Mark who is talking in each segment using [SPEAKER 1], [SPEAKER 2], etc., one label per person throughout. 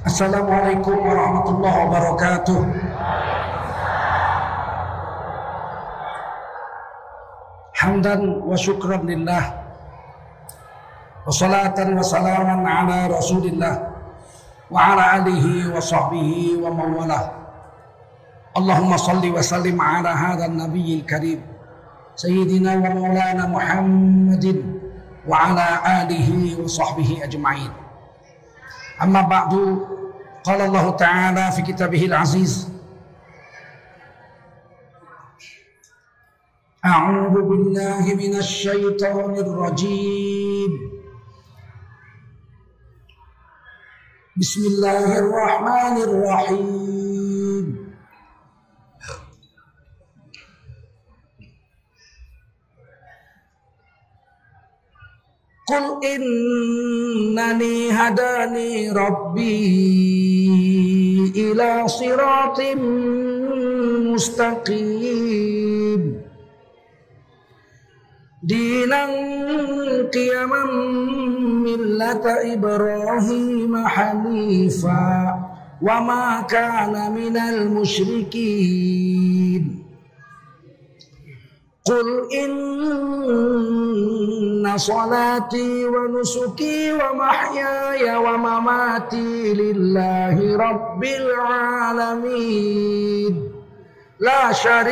[SPEAKER 1] Assalamualaikum warahmatullahi wabarakatuh. Hamdan wa syukran lillah, wa salatan wa salaman ala rasulillah wa ala alihi wa sahbihi wa mawalah. Allahumma salli wa sallim ala hadhan nabiyyil karim Sayyidina wa maulana Muhammadin wa ala alihi wa sahbihi ajma'in. Amma ba'du, qala Allah ta'ala fi kitabihil aziz, a'udzu billahi minasy syaithanir rajim. Bismillahirrahmanirrahim. Qul innani hadani rabbi ila siratim mustaqim dinan qiyaman millata Ibrahim hanifa wa ma kana minal musyrikin. Qul inna salati wa nusuki wa mahyaya wa mamati lillahi rabbil alamin la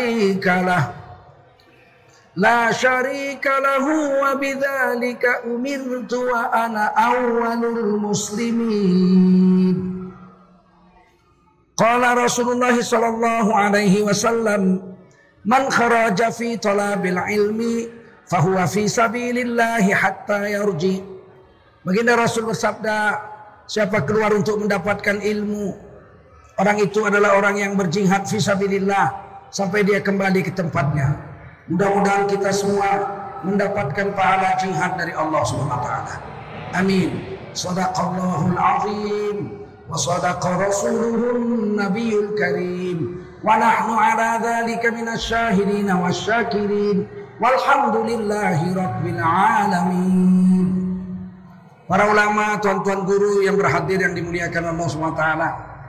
[SPEAKER 1] syarika lahu wa bidzalika umirtu wa ana awwalul muslimin. Qala Rasulullah sallallahu alaihi wasallam, man kharaja fi talabil ilmi fahuwa fi sabilillahi hatta yarji. Baginda Rasul bersabda, siapa keluar untuk mendapatkan ilmu, orang itu adalah orang yang berjihad fi sabilillah sampai dia kembali ke tempatnya. Mudah-mudahan kita semua mendapatkan pahala jihad dari Allah Subhanahu wa taala. Amin. Shadaqallahul azim wa shadaqa rasuluhun nabiyul karim. Wa nahnu ala dzalika minasyahidin wasyakirin walhamdulillahi rabbil alamin. Para ulama, tuan-tuan guru yang berhadir yang dimuliakan Allah Subhanahu wa taala,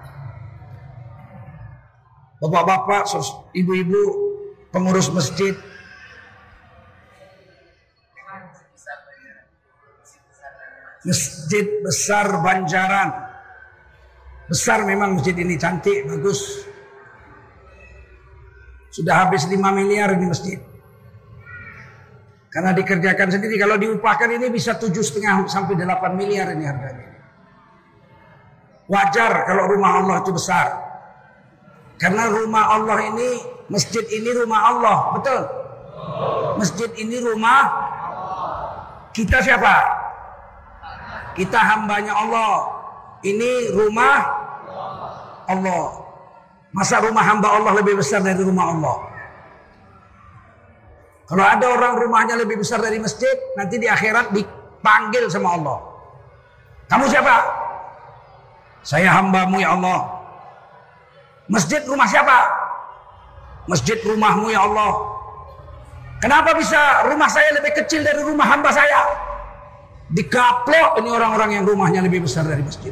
[SPEAKER 1] bapak-bapak, ibu-ibu, pengurus masjid, Masjid Besar Banjaran. Besar memang masjid ini, cantik, bagus. Sudah habis 5 miliar ini masjid. Karena dikerjakan sendiri. Kalau diupahkan ini bisa 7,5 sampai 8 miliar ini harganya. Wajar kalau rumah Allah itu besar. Karena rumah Allah ini, masjid ini rumah Allah. Betul? Masjid ini rumah kita siapa? Kita hambanya Allah. Ini rumah Allah. Masa rumah hamba Allah lebih besar dari rumah Allah? Kalau ada orang rumahnya lebih besar dari masjid, nanti di akhirat dipanggil sama Allah. Kamu siapa? Saya hambamu ya Allah. Masjid rumah siapa? Masjid rumahmu ya Allah. Kenapa bisa rumah saya lebih kecil dari rumah hamba saya? Dikaplok ini orang-orang yang rumahnya lebih besar dari masjid.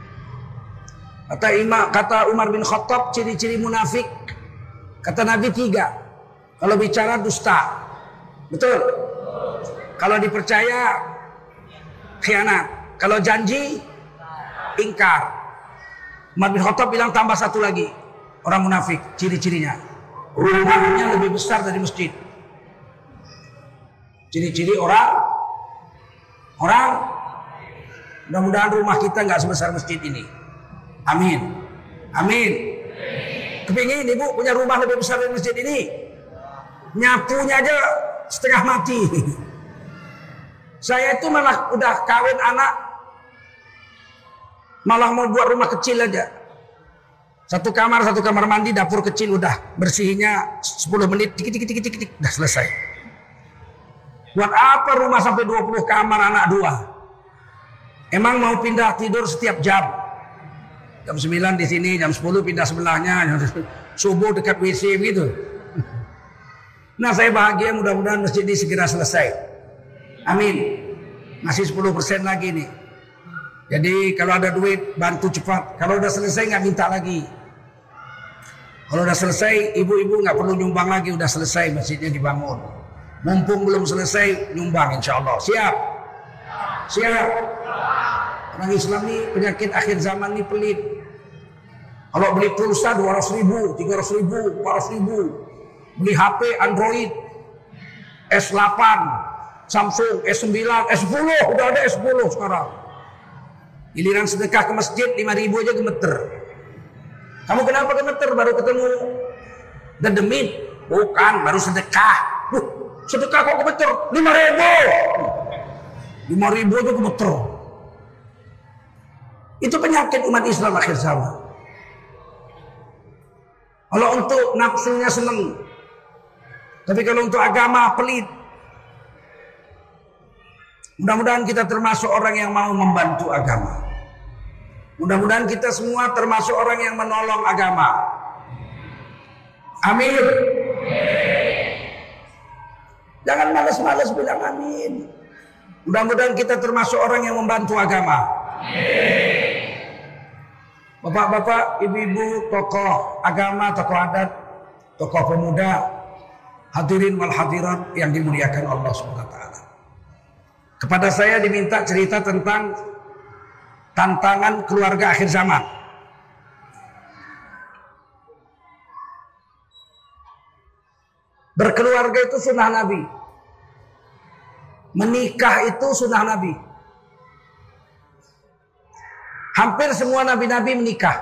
[SPEAKER 1] Kata Umar bin Khattab, ciri-ciri munafik, kata Nabi 3. Kalau bicara dusta, betul. Kalau dipercaya khianat. Kalau janji ingkar. Umar bin Khattab bilang tambah 1 lagi, orang munafik ciri-cirinya, rumahnya lebih besar dari masjid. Ciri-ciri orang mudah-mudahan rumah kita nggak sebesar masjid ini. Amin. Amin. Kepingin ibu punya rumah lebih besar dari masjid ini? Nyapunya aja setengah mati. Saya itu malah udah kawin anak, malah mau buat rumah kecil aja. 1 kamar mandi, dapur kecil, udah bersihnya 10 menit, tik, udah selesai. Buat apa rumah sampai 20 kamar anak 2? Emang mau pindah tidur setiap jam? Jam 9 di sini, jam 10 pindah sebelahnya, subuh dekat WC gitu. Nah, saya bahagia, mudah-mudahan masjid ini segera selesai. Amin. Masih 10% lagi nih. Jadi kalau ada duit bantu cepat. Kalau udah selesai nggak minta lagi. Kalau udah selesai ibu-ibu nggak perlu nyumbang lagi. Udah selesai masjidnya dibangun. Mumpung belum selesai nyumbang insya Allah. Siap? Siap. Orang Islam ini penyakit akhir zaman ini pelit. Kalau beli pulsa 200.000, 300.000, 400.000. Beli HP Android S8, Samsung S9, S10, udah ada S10 sekarang. Giliran sedekah ke masjid 5.000 aja gemeter. Kamu kenapa gemeter? Baru ketemu the demit? Bukan, baru sedekah. Sedekah kok gemeter? 5.000. 5.000 aja gemeter. Itu penyakit umat Islam akhir zaman. Kalau untuk nafsunya seneng, tapi kalau untuk agama pelit. Mudah-mudahan kita termasuk orang yang mau membantu agama. Mudah-mudahan kita semua termasuk orang yang menolong agama. Amin. Jangan malas-malas bilang amin. Mudah-mudahan kita termasuk orang yang membantu agama. Bapak-bapak, ibu-ibu, tokoh agama, tokoh adat, tokoh pemuda, hadirin wal hadirat yang dimuliakan Allah SWT. Kepada saya diminta cerita tentang tantangan keluarga akhir zaman. Berkeluarga itu sunnah Nabi. Menikah itu sunnah Nabi. Hampir semua nabi-nabi menikah.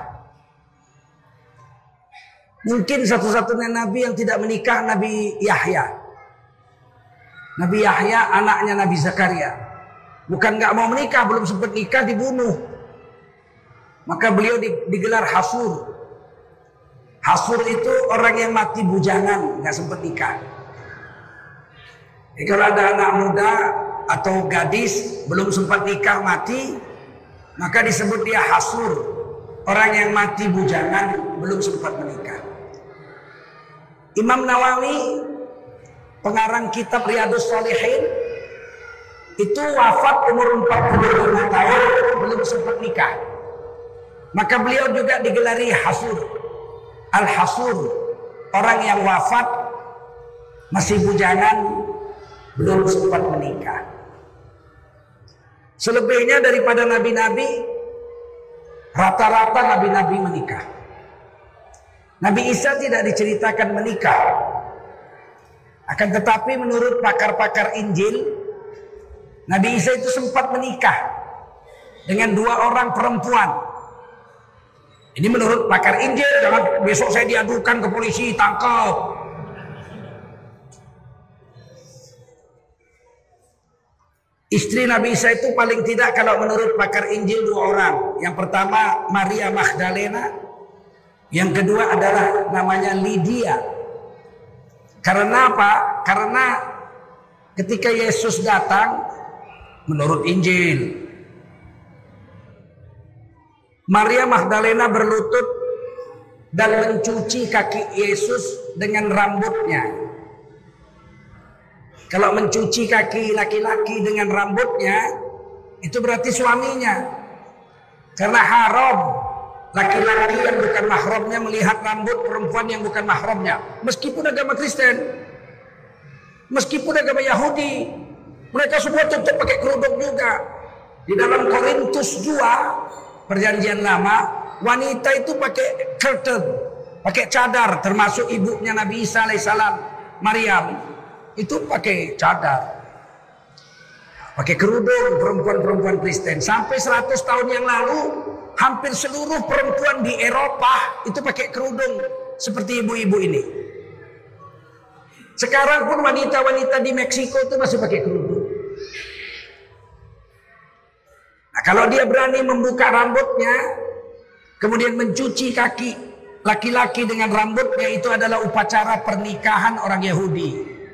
[SPEAKER 1] Mungkin satu-satunya nabi yang tidak menikah Nabi Yahya. Nabi Yahya anaknya Nabi Zakaria. Bukan nggak mau menikah, belum sempat nikah dibunuh. Maka beliau digelar Hasur. Hasur itu orang yang mati bujangan, nggak sempat nikah. Jadi kalau ada anak muda atau gadis belum sempat nikah mati, maka disebut dia Hasur. Orang yang mati bujangan belum sempat menikah. Imam Nawawi, pengarang kitab Riyadhus Shalihin, itu wafat umur 45 tahun, belum sempat nikah. Maka beliau juga digelari Hasur. Al-Hasur, orang yang wafat masih bujangan, belum sempat menikah. Selebihnya daripada nabi-nabi, rata-rata nabi-nabi menikah. Nabi Isa tidak diceritakan menikah. Akan tetapi menurut pakar-pakar Injil, Nabi Isa itu sempat menikah dengan 2 orang perempuan. Ini menurut pakar Injil, jangan besok saya diadukan ke polisi, tangkap. Istri Nabi Isa itu paling tidak kalau menurut pakar Injil 2 orang. Yang pertama Maria Magdalena, yang kedua adalah namanya Lydia. Karena apa? Karena ketika Yesus datang, menurut Injil, Maria Magdalena berlutut dan mencuci kaki Yesus dengan rambutnya. Kalau mencuci kaki laki-laki dengan rambutnya, itu berarti suaminya. Karena haram laki-laki yang bukan mahramnya melihat rambut perempuan yang bukan mahramnya. Meskipun agama Kristen, meskipun agama Yahudi, mereka semua tutup pakai kerudung juga. Di dalam Korintus 2 Perjanjian Lama, wanita itu pakai curtain, pakai cadar, termasuk ibunya Nabi Isa alaihissalam, Maryam, itu pakai cadar, pakai kerudung perempuan-perempuan Kristen. Sampai 100 tahun yang lalu, hampir seluruh perempuan di Eropa itu pakai kerudung seperti ibu-ibu ini. Sekarang pun wanita-wanita di Meksiko itu masih pakai kerudung. Nah, kalau dia berani membuka rambutnya, kemudian mencuci kaki laki-laki dengan rambutnya, itu adalah upacara pernikahan orang Yahudi.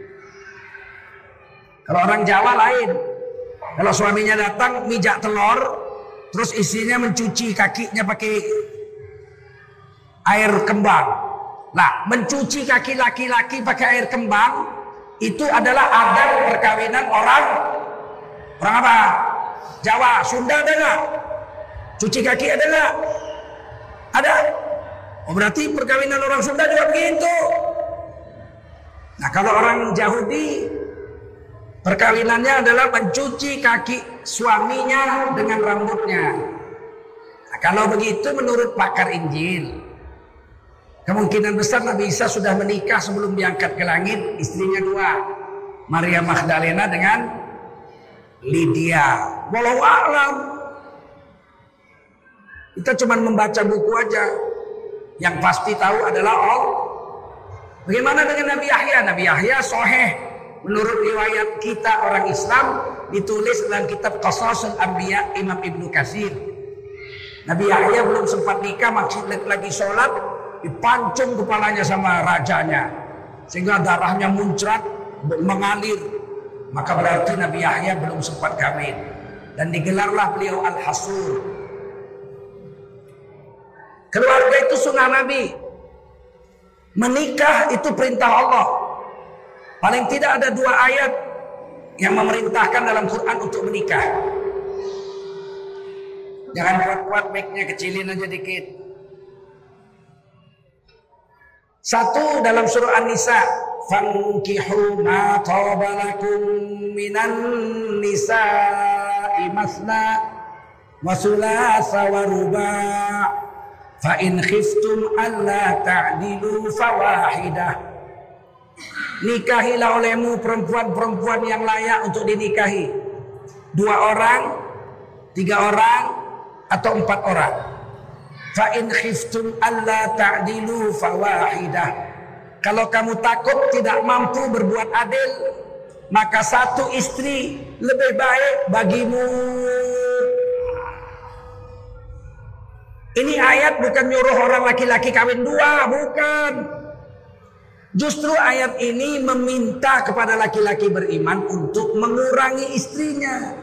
[SPEAKER 1] Kalau orang Jawa lain. Kalau suaminya datang mijak telur, terus istrinya mencuci kakinya pakai air kembang. Nah, mencuci kaki laki-laki pakai air kembang itu adalah adat perkawinan orang apa? Jawa, Sunda ada nggak? Cuci kaki ada nggak? Ada. Oh, berarti perkawinan orang Sunda juga begitu. Nah, kalau orang Yahudi perkawinannya adalah mencuci kaki suaminya dengan rambutnya. Nah, kalau begitu menurut pakar Injil, kemungkinan besar Nabi Isa sudah menikah sebelum diangkat ke langit. Istrinya dua, Maria Magdalena dengan Lydia. Wallahu a'lam. Kita cuma membaca buku aja. Yang pasti tahu adalah Allah. Bagaimana dengan Nabi Yahya? Nabi Yahya sahih menurut riwayat kita orang Islam, ditulis dalam kitab Qasasul Anbiya Imam Ibnu Katsir. Nabi Yahya belum sempat nikah, masih lagi sholat, dipancung kepalanya sama rajanya sehingga darahnya muncrat mengalir. Maka berarti Nabi Yahya belum sempat kawin, dan digelarlah beliau Al-Hasur. Keluarga itu sunnah Nabi. Menikah itu perintah Allah. Paling tidak ada 2 ayat yang memerintahkan dalam Quran untuk menikah. Jangan kuat-kuat, mic-nya kecilin aja dikit. 1 dalam surah An-Nisa, fankihu ma taba lakum minan nisa'i masna wa thulatha wa ruba'. Fa in khiftum alla ta'dilu fawahidah. Nikahilah olehmu perempuan-perempuan yang layak untuk dinikahi. 2 orang, 3 orang, atau 4 orang. Fa in khiftum alla ta'dilu fawahidah. Kalau kamu takut tidak mampu berbuat adil, maka 1 istri lebih baik bagimu. Ini ayat bukan nyuruh orang laki-laki kawin 2, bukan. Justru ayat ini meminta kepada laki-laki beriman untuk mengurangi istrinya.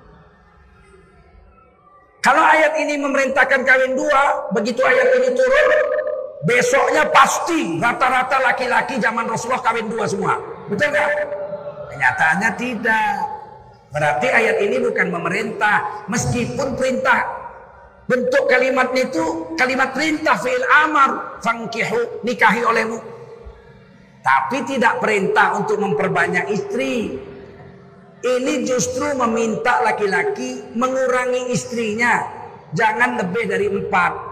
[SPEAKER 1] Kalau ayat ini memerintahkan kawin 2, begitu ayat ini turun, besoknya pasti rata-rata laki-laki zaman Rasulullah kawin 2 semua. Betul nggak? Kenyataannya tidak. Berarti ayat ini bukan memerintah, meskipun perintah. Bentuk kalimatnya itu kalimat perintah, fi'il amar, fankihu, nikahi olehmu. Tapi tidak perintah untuk memperbanyak istri. Ini justru meminta laki-laki mengurangi istrinya, jangan lebih dari 4.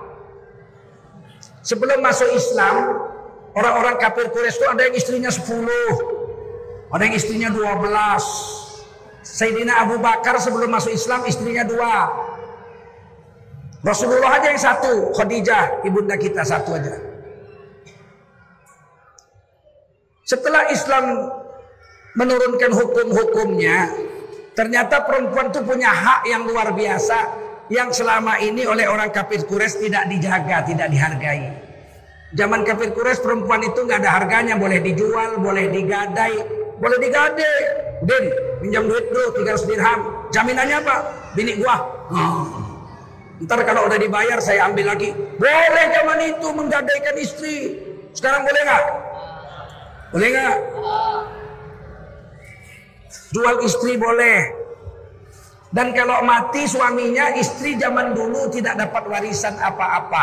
[SPEAKER 1] Sebelum masuk Islam, orang-orang kafir Quraisy itu ada yang istrinya 10, ada yang istrinya 12. Sayyidina Abu Bakar sebelum masuk Islam istrinya 2. Rasulullah aja yang 1, Khadijah ibunda kita 1 aja. Setelah Islam menurunkan hukum-hukumnya, ternyata perempuan itu punya hak yang luar biasa yang selama ini oleh orang kafir Quraisy tidak dijaga, tidak dihargai. Zaman kafir Quraisy perempuan itu nggak ada harganya, boleh dijual, boleh digadai, boleh digade. Din, pinjam duit dulu 300 dirham. Jaminannya apa? Bini gua. Ntar kalau udah dibayar saya ambil lagi. Boleh zaman itu menggadaikan istri. Sekarang boleh nggak? Boleh nggak? Jual istri boleh. Dan kalau mati suaminya, istri zaman dulu tidak dapat warisan apa-apa.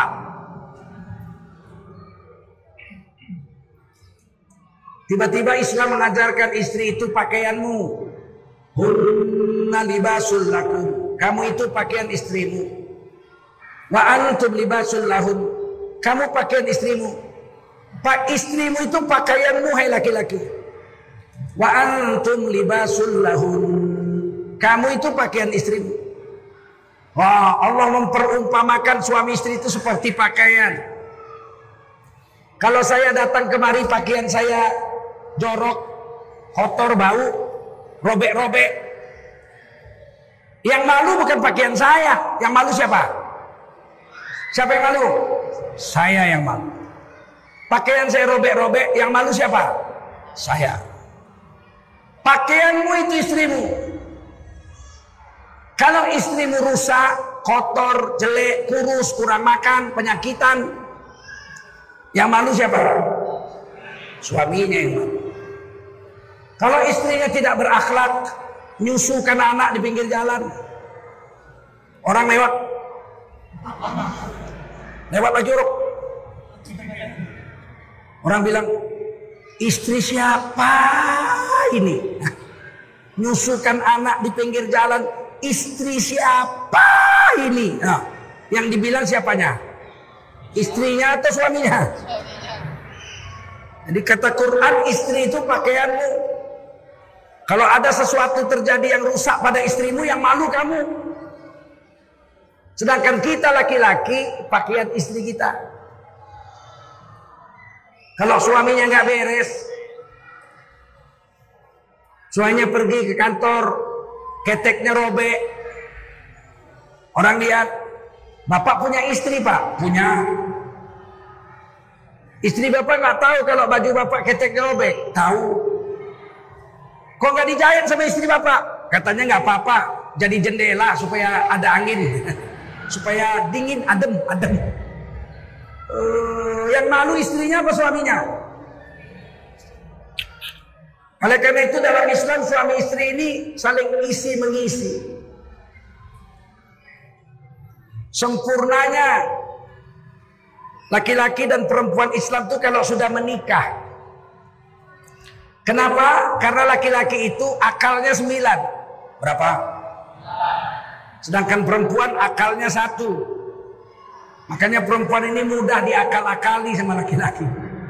[SPEAKER 1] Tiba-tiba Islam mengajarkan istri itu pakaianmu. Hunna libasul lakum. Kamu itu pakaian istrimu. Wa antum libasul lahun. Kamu pakaian istrimu. Istrimu itu pakaianmu, hai laki-laki. Wa antum libasul lahun. Kamu itu pakaian istrimu. Wah, Allah memperumpamakan suami istri itu seperti pakaian. Kalau saya datang kemari pakaian saya jorok, kotor, bau, robek-robek, yang malu bukan pakaian saya. Yang malu siapa? Siapa yang malu? Saya yang malu. Pakaian saya robek-robek, yang malu siapa? Saya. Pakaianmu itu istrimu. Kalau istrimu rusak, kotor, jelek, kurus, kurang makan, penyakitan, yang malu siapa? Suaminya yang malu. Kalau istrinya tidak berakhlak, nyusukan anak di pinggir jalan, orang lewat, Lewat lagi orang. Orang bilang, istri siapa ini? Nyusukan anak di pinggir jalan, istri siapa ini? Nah, yang dibilang siapanya? Istrinya atau suaminya? Jadi kata Quran, istri itu pakaianmu. Kalau ada sesuatu terjadi yang rusak pada istrimu, yang malu kamu. Sedangkan kita laki-laki, pakaian istri kita. Kalau suaminya nggak beres, suaminya pergi ke kantor, keteknya robek, orang lihat, bapak punya istri pak? Punya. Istri bapak nggak tahu kalau baju bapak keteknya robek? Tahu. Kok nggak dijahit sama istri bapak? Katanya nggak apa-apa, jadi jendela supaya ada angin, supaya dingin, adem. Yang malu istrinya apa suaminya? Oleh karena itu dalam Islam suami istri ini saling isi mengisi. Sempurnanya laki-laki dan perempuan Islam itu kalau sudah menikah. Kenapa? Karena laki-laki itu akalnya 9. Berapa? Sedangkan perempuan akalnya 1. Makanya perempuan ini mudah diakal-akali sama laki-laki.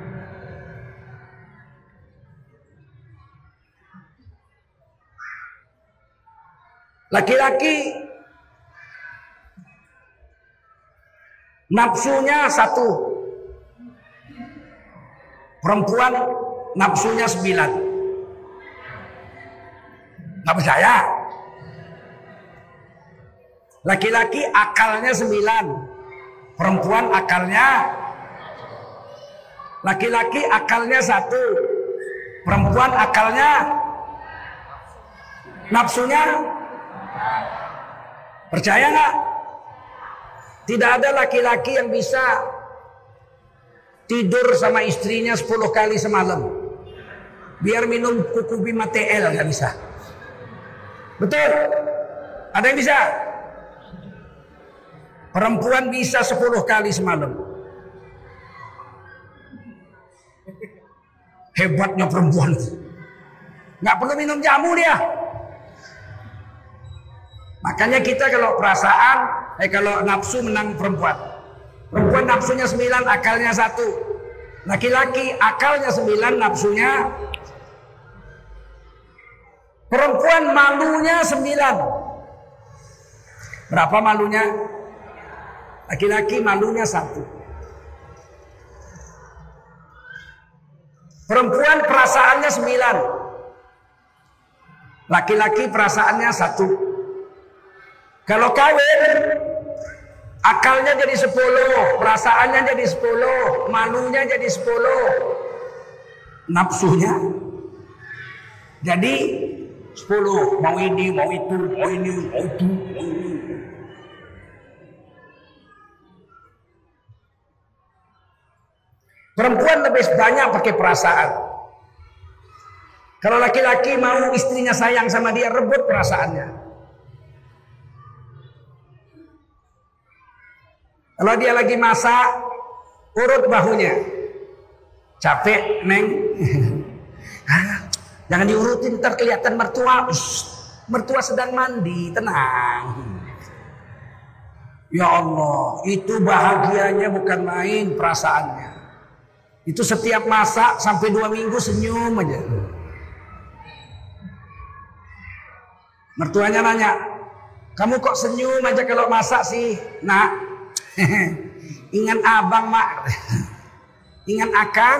[SPEAKER 1] Laki-laki nafsunya 1, perempuan nafsunya 9. Nggak percaya? Laki-laki akalnya 9, perempuan akalnya, laki-laki akalnya 1, perempuan akalnya, nafsunya. Percaya nggak? Tidak ada laki-laki yang bisa tidur sama istrinya 10 kali semalam biar minum kuku bima TL, nggak bisa. Betul? Ada yang bisa? Perempuan bisa 10 kali semalam. Hebatnya perempuan. Nggak perlu minum jamu dia. Makanya kita kalau perasaan, kalau nafsu menang perempuan. Perempuan nafsunya 9, akalnya 1. Laki-laki akalnya 9, nafsunya. Perempuan malunya 9. Berapa malunya? Laki-laki malunya 1. Perempuan perasaannya 9. Laki-laki perasaannya 1. Kalau kawin, akalnya jadi 10, perasaannya jadi 10, malunya jadi 10, nafsunya jadi 10. Mau ini, mau itu, mau ini, mau itu, mau ini. Perempuan lebih banyak pakai perasaan. Kalau laki-laki mau istrinya sayang sama dia, rebut perasaannya. Kalau dia lagi masak, urut bahunya. Capek, Neng. Jangan diurutin, ntar kelihatan mertua. Mertua sedang mandi, tenang. Ya Allah, itu bahagianya bukan main perasaannya. Itu setiap masak sampai 2 minggu senyum aja. Mertuanya nanya, kamu kok senyum aja kalau masak sih, nak? Ingat abang mak, ingat akang.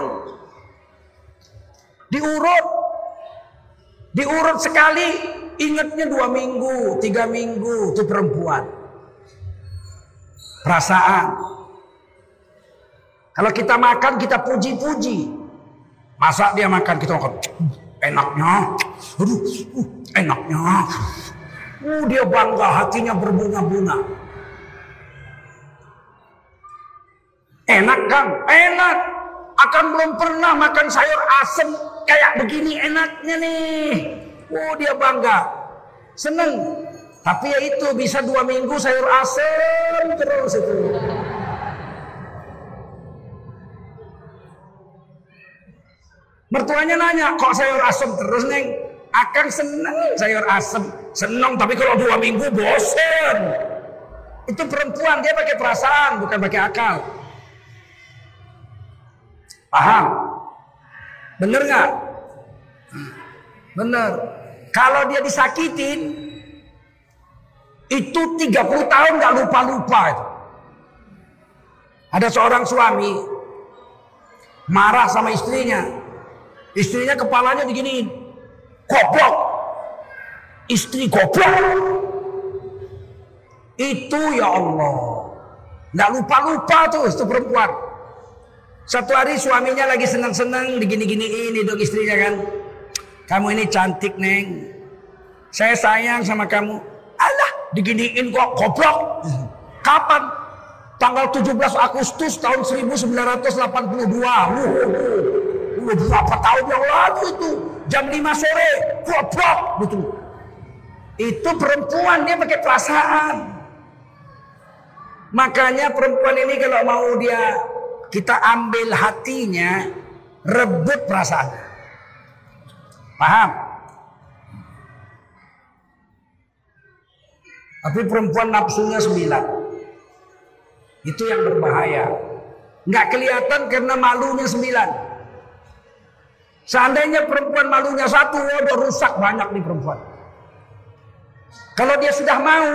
[SPEAKER 1] Diurut sekali, ingatnya 2 minggu, 3 minggu. Itu perempuan. Perasaan. Kalau kita makan, kita puji-puji. Masa dia makan, kita makan. Enaknya, aduh, enaknya. Dia bangga, hatinya berbunga-bunga. Enak Kang, enak. Akan belum pernah makan sayur asem kayak begini enaknya nih. Dia bangga, seneng. Tapi ya itu bisa 2 minggu sayur asem terus itu. Mertuanya nanya, kok sayur asem terus Neng? Akang seneng sayur asem, seneng, tapi kalau 2 minggu bosen. Itu perempuan, dia pakai perasaan bukan pakai akal. Paham? Bener nggak? Bener. Kalau dia disakitin, itu 30 tahun nggak lupa-lupa itu. Ada seorang suami marah sama istrinya. Istrinya kepalanya diginiin. Goblok. Istri goblok. Itu ya Allah. Nggak lupa-lupa tuh itu perempuan. Satu hari suaminya lagi senang-senang digini-giniin hidung istrinya kan. Kamu ini cantik Neng. Saya sayang sama kamu. Alah diginiin kok goblok. Kapan? Tanggal 17 Agustus tahun 1982. Udah berapa tahun yang lalu itu. Jam 5 sore. Goblok. Gitu. Itu perempuan, dia pakai perasaan. Makanya perempuan ini kalau mau kita ambil hatinya, rebut perasaan. Paham? Tapi perempuan nafsunya 9. Itu yang berbahaya. Nggak kelihatan karena malunya 9. Seandainya perempuan malunya 1, udah rusak banyak nih perempuan. Kalau dia sudah mau,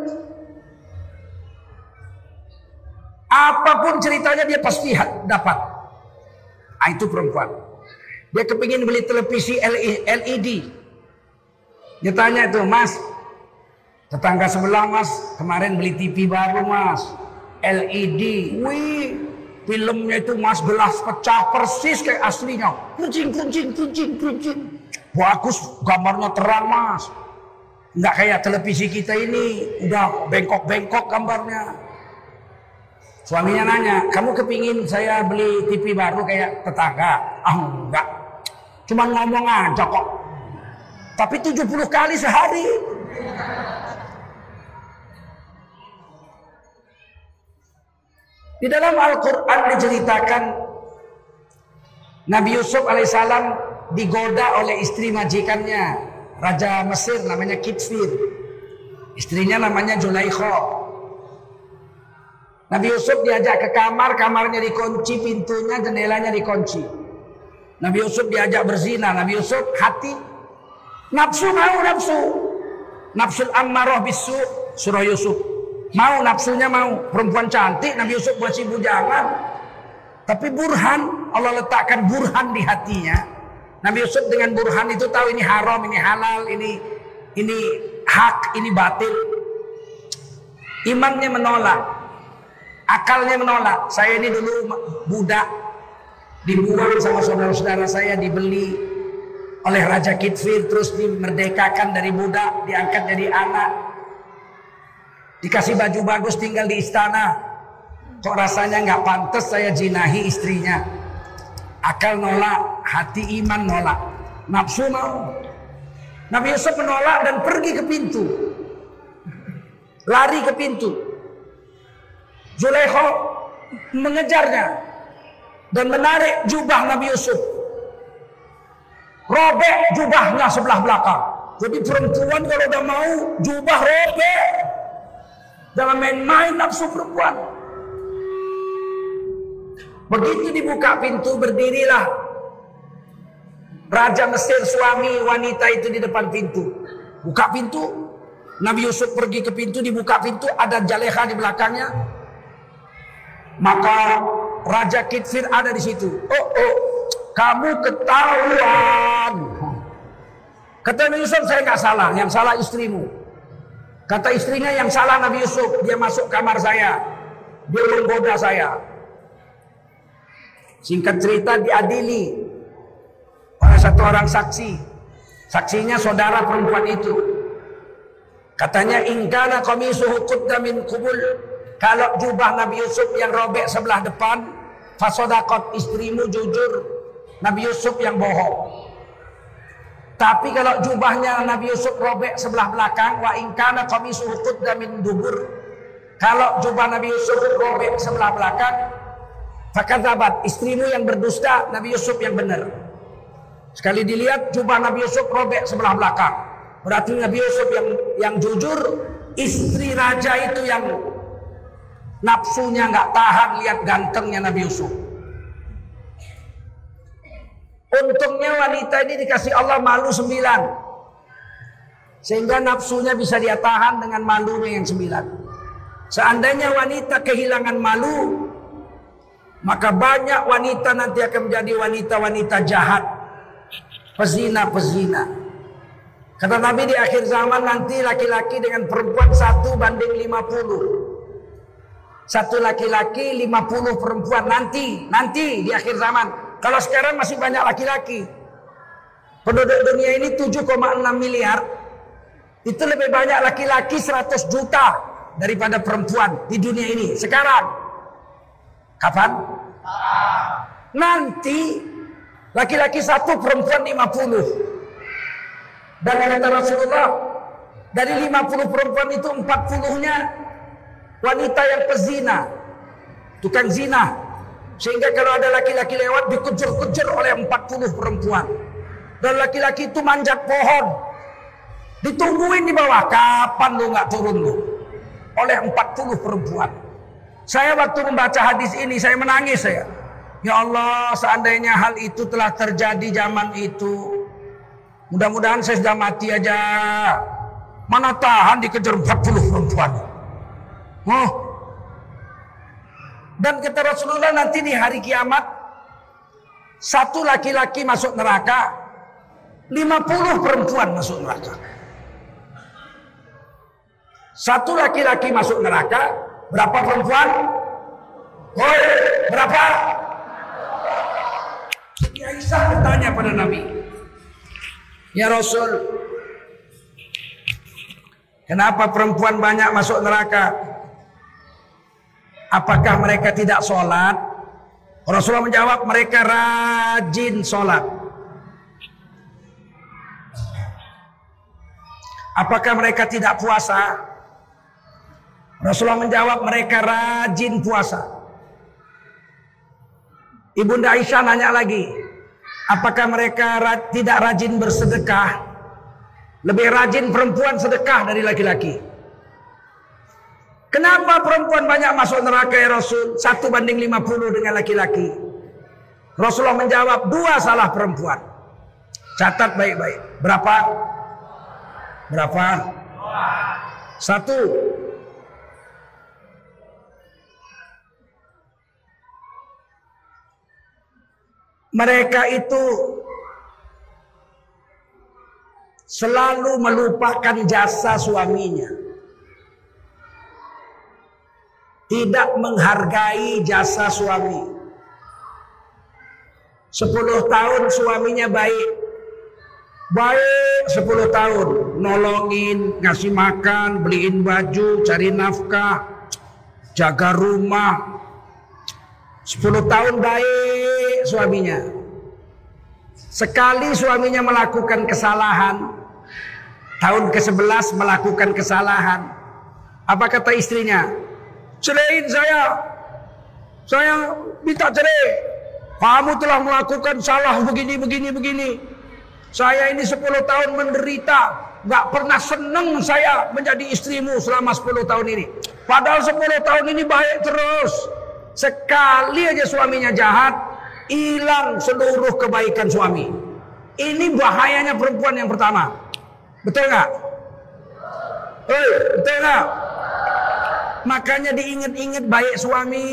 [SPEAKER 1] apapun ceritanya dia pasti dapat. Itu perempuan. Dia kepingin beli televisi LED. Dia tanya itu, Mas, tetangga sebelah Mas kemarin beli TV baru Mas, LED. Wih, filmnya itu Mas gelas pecah persis kayak aslinya. Kuncing. Bagus, gambarnya terang Mas. Nggak kayak televisi kita ini, udah bengkok-bengkok gambarnya. Suaminya nanya, kamu kepingin saya beli TV baru kayak tetangga? Enggak, cuman ngomong aja kok. Tapi 70 kali sehari. Di dalam Al-Quran diceritakan Nabi Yusuf alaihissalam digoda oleh istri majikannya, Raja Mesir namanya Kitfir. Istrinya namanya Zulaikha. Nabi Yusuf diajak ke kamar, kamarnya dikunci, pintunya, jendelanya dikunci. Nabi Yusuf diajak berzina. Nabi Yusuf hati nafsu, mau nafsu. Nafsul ammarah bisu, surah Yusuf. Mau nafsunya mau. Perempuan cantik, Nabi Yusuf masih bujangan. Tapi burhan, Allah letakkan burhan di hatinya. Nabi Yusuf dengan burhan itu tahu ini haram, ini halal, ini hak, ini batil. Imannya menolak, akalnya menolak. Saya ini dulu budak, dibuang sama saudara-saudara saya, dibeli oleh Raja Kitfir, terus dimerdekakan dari budak, diangkat jadi anak, dikasih baju bagus, tinggal di istana. Kok rasanya nggak pantas saya jinahi istrinya. Akal nolak, hati iman nolak, nafsu mau. Nabi Yusuf menolak dan pergi ke pintu, lari ke pintu. Zulaikha mengejarnya dan menarik jubah Nabi Yusuf, robek jubahnya sebelah belakang. Jadi perempuan kalau udah mau jubah robek, jangan main-main nafsu perempuan. Begitu dibuka pintu, berdirilah Raja Mesir, suami wanita itu di depan pintu. Buka pintu, Nabi Yusuf pergi ke pintu, dibuka pintu, ada Zulaikha di belakangnya. Maka Raja Kitfir ada di situ. Oh, kamu ketahuan. Kata Nabi Yusuf, saya nggak salah, yang salah istrimu. Kata istrinya, yang salah Nabi Yusuf, dia masuk kamar saya, dia menggoda saya. Singkat cerita diadili oleh satu orang saksi. Saksinya saudara perempuan itu. Katanya, ingkana qamisuhu qudda min qubul. Kalau jubah Nabi Yusuf yang robek sebelah depan, fasodakot, istrimu jujur, Nabi Yusuf yang bohong. Tapi kalau jubahnya Nabi Yusuf robek sebelah belakang, wa in kana qamisuhu qudda min dubur. Kalau jubah Nabi Yusuf robek sebelah belakang, fakadzabat, istrimu yang berdusta, Nabi Yusuf yang benar. Sekali dilihat jubah Nabi Yusuf robek sebelah belakang, berarti Nabi Yusuf yang jujur, istri raja itu yang nafsunya nggak tahan lihat gantengnya Nabi Yusuf. Untungnya wanita ini dikasih Allah malu 9, sehingga nafsunya bisa dia tahan dengan malunya yang 9. Seandainya wanita kehilangan malu, maka banyak wanita nanti akan menjadi wanita-wanita jahat, pezina-pezina. Kata Nabi, di akhir zaman nanti laki-laki dengan perempuan 1:50. Satu laki-laki 50 perempuan nanti di akhir zaman. Kalau sekarang masih banyak laki-laki. Penduduk dunia ini 7,6 miliar. Itu lebih banyak laki-laki 100 juta daripada perempuan di dunia ini. Sekarang. Kapan? Nanti laki-laki 1, perempuan 50. Dan kata Rasulullah, dari 50 perempuan itu 40-nya wanita yang pezina, tukang zina. Sehingga kalau ada laki-laki lewat dikejar-kejar oleh 40 perempuan. Dan laki-laki itu manjat pohon, ditungguin di bawah, kapan lu nggak turun lu, oleh 40 perempuan. Saya waktu membaca hadis ini saya menangis saya. Ya Allah, seandainya hal itu telah terjadi zaman itu, mudah-mudahan saya sudah mati aja. Mana tahan dikejar 40 perempuan. Dan kata Rasulullah, nanti di hari kiamat, 1 laki-laki masuk neraka, 50 perempuan masuk neraka. 1 laki-laki masuk neraka, berapa perempuan? Berapa? Siti Aisyah bertanya pada Nabi, ya Rasul, kenapa perempuan banyak masuk neraka? Apakah mereka tidak sholat? Rasulullah menjawab, mereka rajin sholat. Apakah mereka tidak puasa? Rasulullah menjawab, mereka rajin puasa. Ibunda Aisyah nanya lagi, apakah mereka tidak rajin bersedekah? Lebih rajin perempuan sedekah dari laki-laki. Kenapa perempuan banyak masuk neraka ya Rasul? 1:50 dengan laki-laki. Rasulullah menjawab, 2 salah perempuan. Catat baik-baik. Berapa? 1. Mereka itu selalu melupakan jasa suaminya. Tidak menghargai jasa suami. 10 tahun suaminya baik 10 tahun, nolongin, ngasih makan, beliin baju, cari nafkah, jaga rumah. 10 tahun baik suaminya. Sekali suaminya melakukan kesalahan, tahun ke-11 melakukan kesalahan, apa kata istrinya? Ceraiin saya minta cerai. Kamu telah melakukan salah begini. Saya ini 10 tahun menderita, gak pernah seneng saya menjadi istrimu selama 10 tahun ini. Padahal 10 tahun ini baik terus. Sekali aja suaminya jahat, hilang seluruh kebaikan suami. Ini bahayanya perempuan yang pertama. Betul gak? Betul gak? Makanya diingat-ingat baik suami.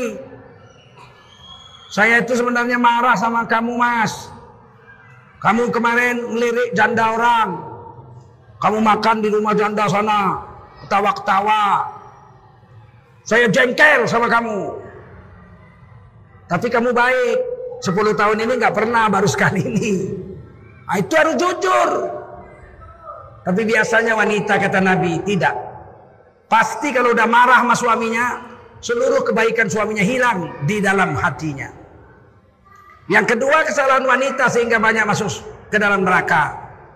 [SPEAKER 1] Saya itu sebenarnya marah sama kamu mas. Kamu kemarin ngelirik janda orang. Kamu makan di rumah janda sana, ketawa-ketawa. Saya jengkel sama kamu. Tapi kamu baik. 10 tahun ini gak pernah, baru sekali ini. Nah, itu harus jujur. Tapi biasanya wanita, kata Nabi, tidak. Pasti kalau udah marah sama suaminya, seluruh kebaikan suaminya hilang di dalam hatinya. Yang kedua, kesalahan wanita sehingga banyak masuk ke dalam neraka.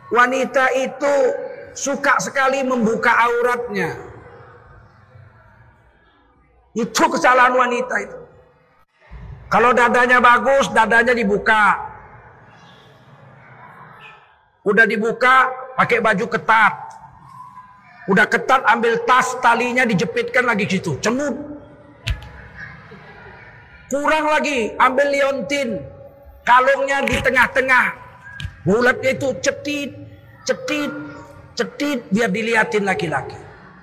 [SPEAKER 1] wanita itu suka sekali membuka auratnya. Itu kesalahan wanita itu. Kalau dadanya bagus, dadanya dibuka. Udah dibuka, pakai baju ketat. Udah ketat, ambil tas, talinya dijepitkan lagi situ. Cenut. Kurang lagi, ambil liontin. Kalungnya di tengah-tengah. Bulatnya itu cetit, cetit, cetit, biar dilihatin laki-laki.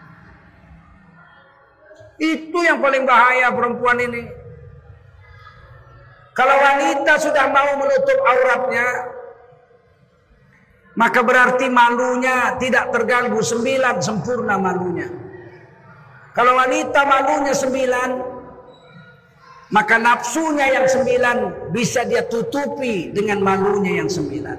[SPEAKER 1] Itu yang paling bahaya perempuan ini. Kalau wanita sudah mau menutup auratnya, maka berarti malunya tidak terganggu. 9 sempurna malunya. Kalau wanita malunya 9, maka nafsunya yang 9 bisa dia tutupi dengan malunya yang 9.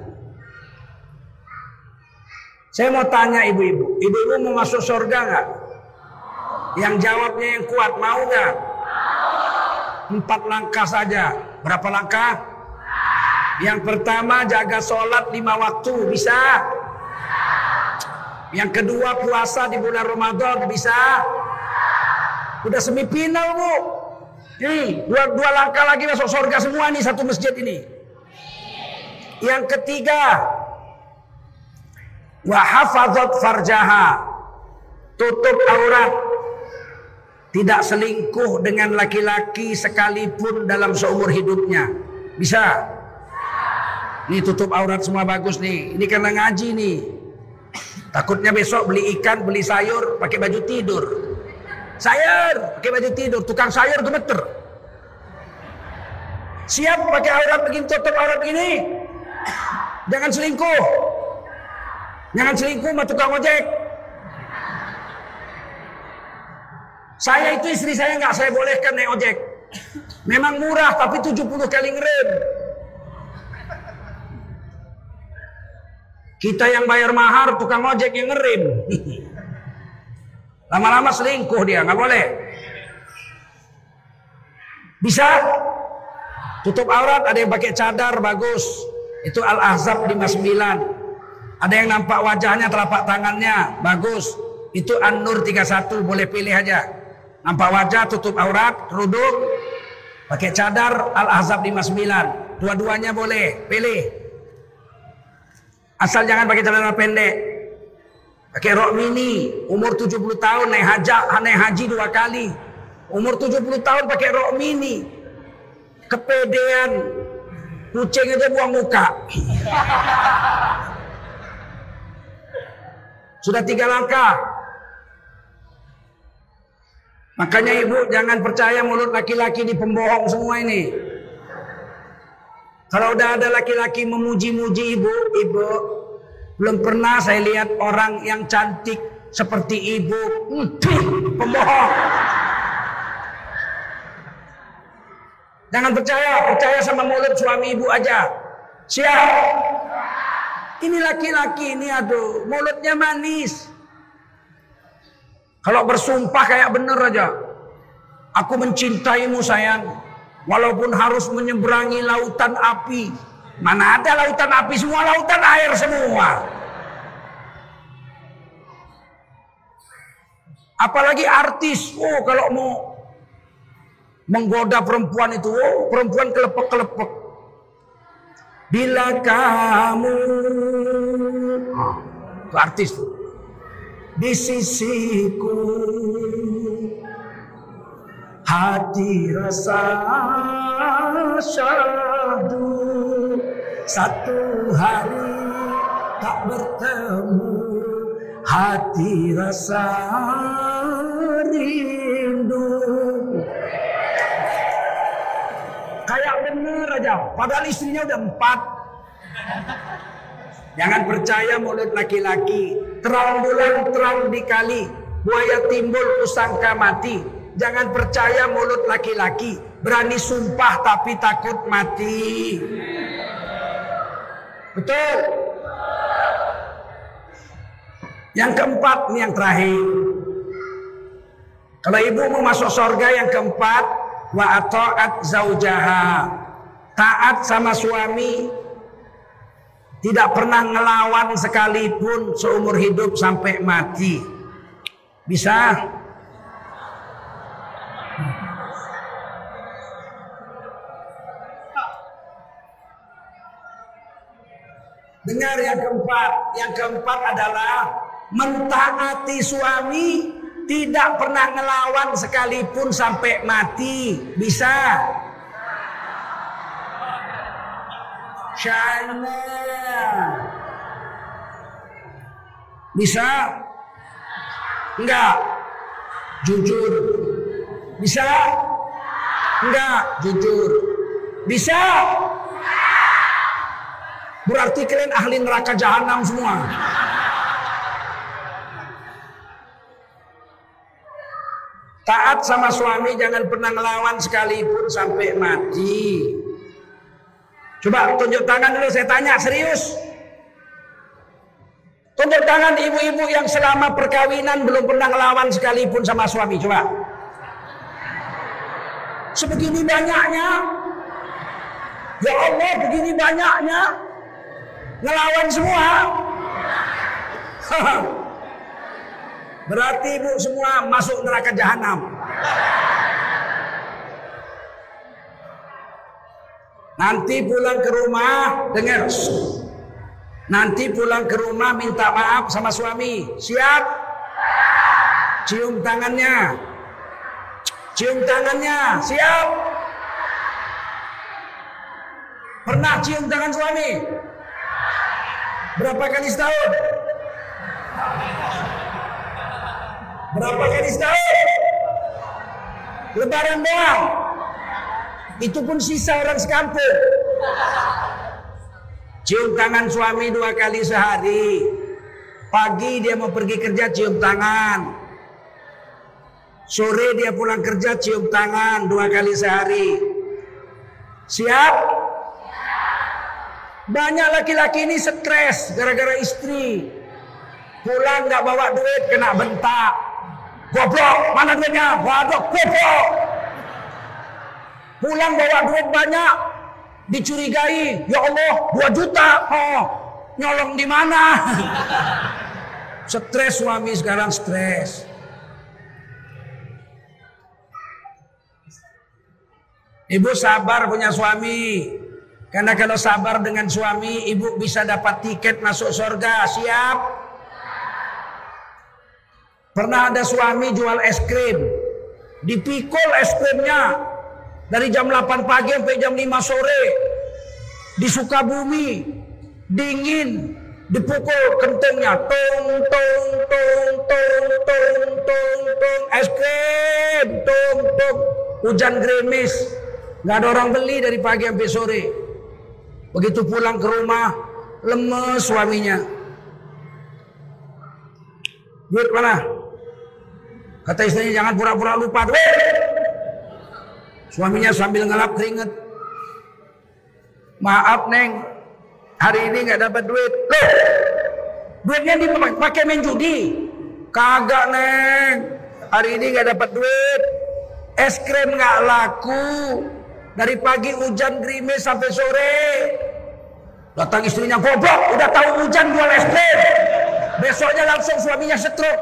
[SPEAKER 1] Saya mau tanya ibu-ibu, ibu-ibu mau masuk surga nggak? Yang jawabnya yang kuat, mau nggak? 4 langkah saja. Berapa langkah? Yang pertama, jaga sholat 5 waktu, bisa? Yang kedua, puasa di bulan Ramadan, bisa? Udah semifinal, Bu. Ini dua langkah lagi masuk surga semua nih, satu masjid ini. Yang ketiga, wa hafadzat farjaha, tutup aurat, tidak selingkuh dengan laki-laki sekalipun dalam seumur hidupnya. Bisa? Nih tutup aurat semua bagus nih. Ini karena ngaji nih. Takutnya besok beli ikan, beli sayur, pakai baju tidur. Sayur, pakai baju tidur. Tukang sayur gemeter. Siap pakai aurat begini, tutup aurat begini. Jangan selingkuh. Jangan selingkuh sama tukang ojek. Saya itu istri saya nggak saya bolehkan naik ojek. Memang murah tapi 70 kali ngerem. Kita yang bayar mahar, tukang ojek yang ngerem. Lama-lama selingkuh dia, nggak boleh. Bisa tutup aurat, ada yang pakai cadar bagus. Itu Al-Ahzab 59. Ada yang nampak wajahnya, telapak tangannya bagus. Itu An-Nur 31, boleh pilih aja. Nampak wajah, tutup aurat, kerudung, pakai cadar, Al-Ahzab 59. Dua-duanya boleh, pilih. Asal jangan pakai celana pendek. Pakai rok mini, umur 70 tahun naik haji 2 kali. Umur 70 tahun pakai rok mini. Kepedean. Kucing aja buang muka. Sudah 3 langkah. Makanya ibu jangan percaya mulut laki-laki di pembohong semua ini. Kalau udah ada laki-laki memuji-muji ibu, belum pernah saya lihat orang yang cantik seperti ibu. Pembohong. Jangan percaya sama mulut suami ibu aja. Siap. Ini laki-laki ini, aduh, mulutnya manis. Kalau bersumpah kayak bener aja. Aku mencintaimu sayang. Walaupun harus menyeberangi lautan api. Mana ada lautan api, semua lautan air semua. Apalagi artis. Oh, kalau mau menggoda perempuan itu, oh, perempuan kelepek-kelepek. Bila kamu, itu artis tuh, di sisiku, hati rasa syahdu, satu hari tak bertemu, hati rasa rindu. Kayak bener aja, padahal istrinya udah 4. Jangan percaya mulut laki-laki. Terang bulan terang dikali, buaya timbul kusangka mati. Jangan percaya mulut laki-laki. Berani sumpah tapi takut mati. Betul. Yang keempat, ini yang terakhir. Kalau ibu mau masuk surga, yang keempat, wa ata'at zaujaha, taat sama suami. tidak pernah ngelawan sekalipun seumur hidup sampai mati. Bisa? Dengar yang keempat. Yang keempat adalah mentaati suami, tidak pernah ngelawan sekalipun sampai mati. Bisa? Syana. Bisa? Enggak? Jujur. Bisa? Enggak? Jujur. Bisa? Berarti kalian ahli neraka jahanam semua. Taat sama suami, jangan pernah ngelawan sekalipun sampai mati. Coba tunjuk tangan dulu, saya tanya serius. Tunjuk tangan ibu-ibu yang selama perkawinan belum pernah ngelawan sekalipun sama suami. Coba. Sebegini banyaknya. Ya Allah, begini banyaknya. Ngelawan semua. Berarti ibu semua masuk neraka jahanam. Nanti pulang ke rumah, dengar. Nanti pulang ke rumah minta maaf sama suami. Siap? Cium tangannya. Cium tangannya. Siap? Pernah cium tangan suami? Berapa kali setahun? Berapa kali setahun? Lebaran doang. Itu pun sisa orang sekampung. Cium tangan suami 2 kali sehari. Pagi dia mau pergi kerja cium tangan. Sore dia pulang kerja cium tangan 2 kali sehari. Siap? Banyak laki-laki ini stres gara-gara istri. Pulang nggak bawa duit kena bentak. Goblok, mana duitnya? Waduh, goblok. Pulang bawa duit banyak, dicurigai. Ya Allah, 2 juta. Oh, nyolong di mana? Stres suami sekarang, stres. Ibu sabar punya suami. Karena kalau sabar dengan suami, ibu bisa dapat tiket masuk surga. Siap? Pernah ada suami jual es krim. Dipikul es krimnya. Dari jam 8 pagi sampai jam 5 sore. Di Sukabumi. Dingin. Dipukul kentengnya. Tong, tong, tong, tong, tong, tong, tong. Es krim. Tong, tong. Hujan gerimis. Gak ada orang beli dari pagi sampai sore. Begitu pulang ke rumah, lemes suaminya. Duit mana? Kata istrinya, jangan pura-pura lupa duit. Suaminya sambil ngelap keringet. Maaf Neng, hari ini nggak dapat duit. Loh, duitnya dipakai main judi. Kagak Neng, hari ini nggak dapat duit. Es krim nggak laku. Dari pagi hujan gerimis sampai sore. Datang istrinya, goblok, udah tahu hujan jual es krim. Besoknya langsung suaminya stroke.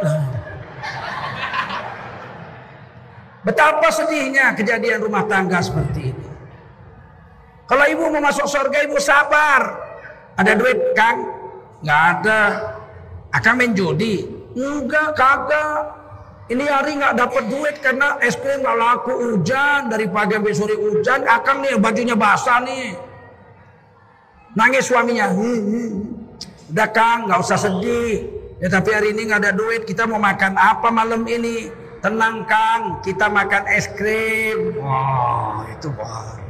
[SPEAKER 1] Betapa sedihnya kejadian rumah tangga seperti ini. Kalau ibu mau masuk surga, ibu sabar. Ada duit Kang? Nggak ada. Akang main judi? Enggak, kagak. Ini hari nggak dapat duit karena es krim nggak laku, hujan dari pagi sampai sore hujan. Akang nih bajunya basah nih. Nangis suaminya. Udah Kang, nggak usah sedih. Ya tapi hari ini nggak ada duit. Kita mau makan apa malam ini? Tenang Kang, kita makan es krim. Wah, itu baru.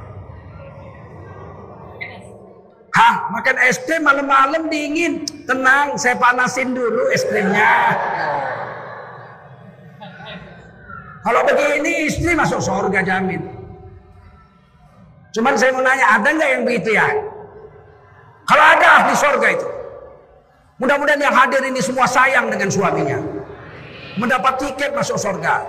[SPEAKER 1] Hah, makan es krim malam-malam dingin. Tenang, saya panasin dulu es krimnya. Kalau begini istri masuk surga jamin. Cuman saya mau nanya, ada nggak yang begitu ya? Kalau ada ahli surga itu, mudah-mudahan yang hadir ini semua sayang dengan suaminya, mendapat tiket masuk surga.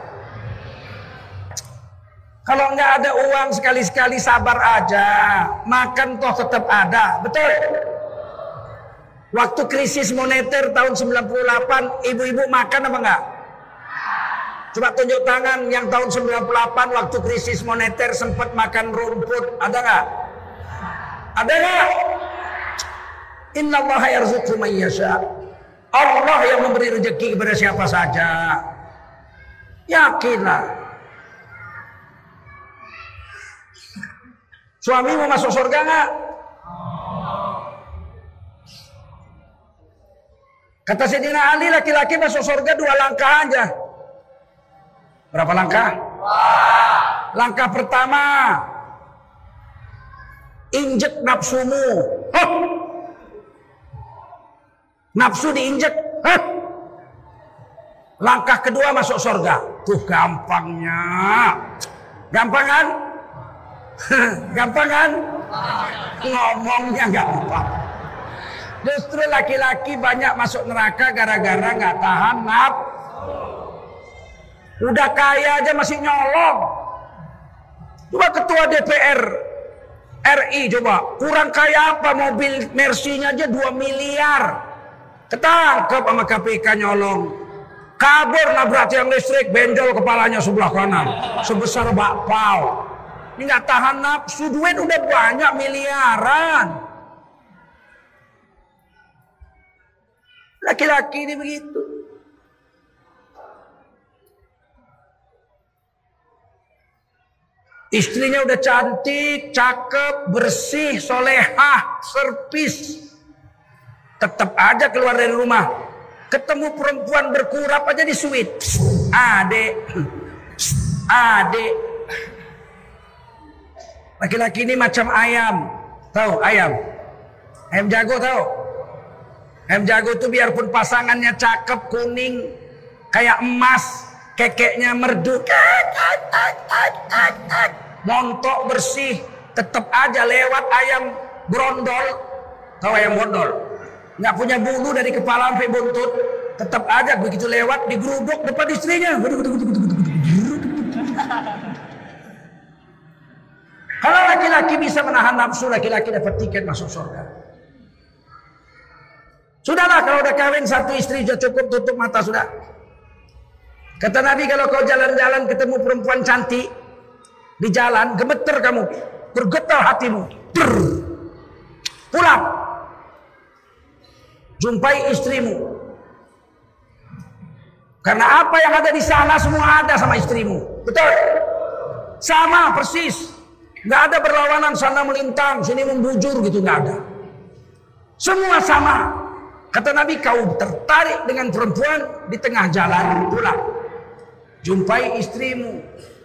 [SPEAKER 1] Kalau nggak ada uang sekali-sekali sabar aja, makan toh tetap ada, betul? Waktu krisis moneter tahun 98, ibu-ibu makan apa enggak? Coba tunjuk tangan yang tahun 98 waktu krisis moneter sempat makan rumput. Ada enggak? Ada enggak? Innallaha yarzuqu man yasha. Allah yang memberi rezeki kepada siapa saja. Yakinlah. Suami mau masuk surga enggak? Kata Sayyidina Ali, laki-laki masuk surga 2 langkah aja. Berapa langkah? Langkah pertama, injek nafsumu. Nafsu diinjek. Langkah kedua masuk surga. Tuh gampangnya. Gampang kan? Gampang kan? Ngomongnya gampang. Justru laki-laki banyak masuk neraka gara-gara nggak tahan nafsu. Udah kaya aja masih nyolong. Coba ketua DPR RI coba, kurang kaya apa, mobil Mercy-nya aja 2 miliar. Ketangkep sama KPK nyolong. Kabur nabrak tiang listrik, benjol kepalanya sebelah kanan sebesar bakpao. Ini nggak tahan nafsu, duit udah banyak miliaran. Laki-laki ini begitu. Istrinya udah cantik, cakep, bersih, solehah, servis. Tetap aja keluar dari rumah. Ketemu perempuan berkurap aja di suite. Adek. Adek. Laki-laki ini macam ayam. Tahu ayam? Ayam jago tahu? Ayam jago itu biarpun pasangannya cakep, kuning, kayak emas, kekeknya merdu, montok bersih, tetap aja lewat ayam brondol. Tahu ayam brondol? Nggak punya bulu dari kepala sampai buntut, tetap aja begitu lewat digeruduk depan istrinya. Kalau laki-laki bisa menahan nafsu, laki-laki dapat tiket masuk surga. Sudahlah, kalau udah kawin 1 istri sudah cukup, tutup mata sudah. Kata Nabi, kalau kau jalan-jalan ketemu perempuan cantik di jalan, gemeter kamu, bergetar hatimu, pulang, jumpai istrimu. Karena apa yang ada di sana semua ada sama istrimu, betul? Sama persis, nggak ada berlawanan, sana melintang, sini membujur gitu, nggak ada. Semua sama. Kata Nabi, kau tertarik dengan perempuan di tengah jalan, pulang, jumpai istrimu.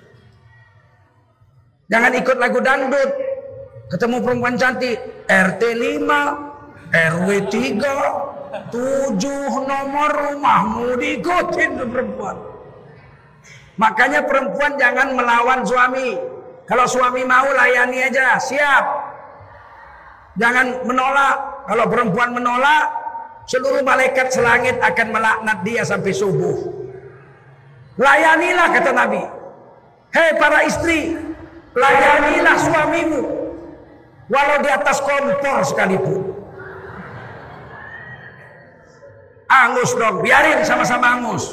[SPEAKER 1] Jangan ikut lagu dangdut. Ketemu perempuan cantik, RT 5, RW 3, 7 nomor rumahmu diikutin tuh perempuan. Makanya perempuan jangan melawan suami. Kalau suami mau layani aja, siap. Jangan menolak. Kalau perempuan menolak, seluruh malaikat selangit akan melaknat dia sampai subuh. Layanilah, kata Nabi. Hei para istri, layanilah suamimu walau di atas kompor sekalipun. Angus dong, biarin sama-sama angus.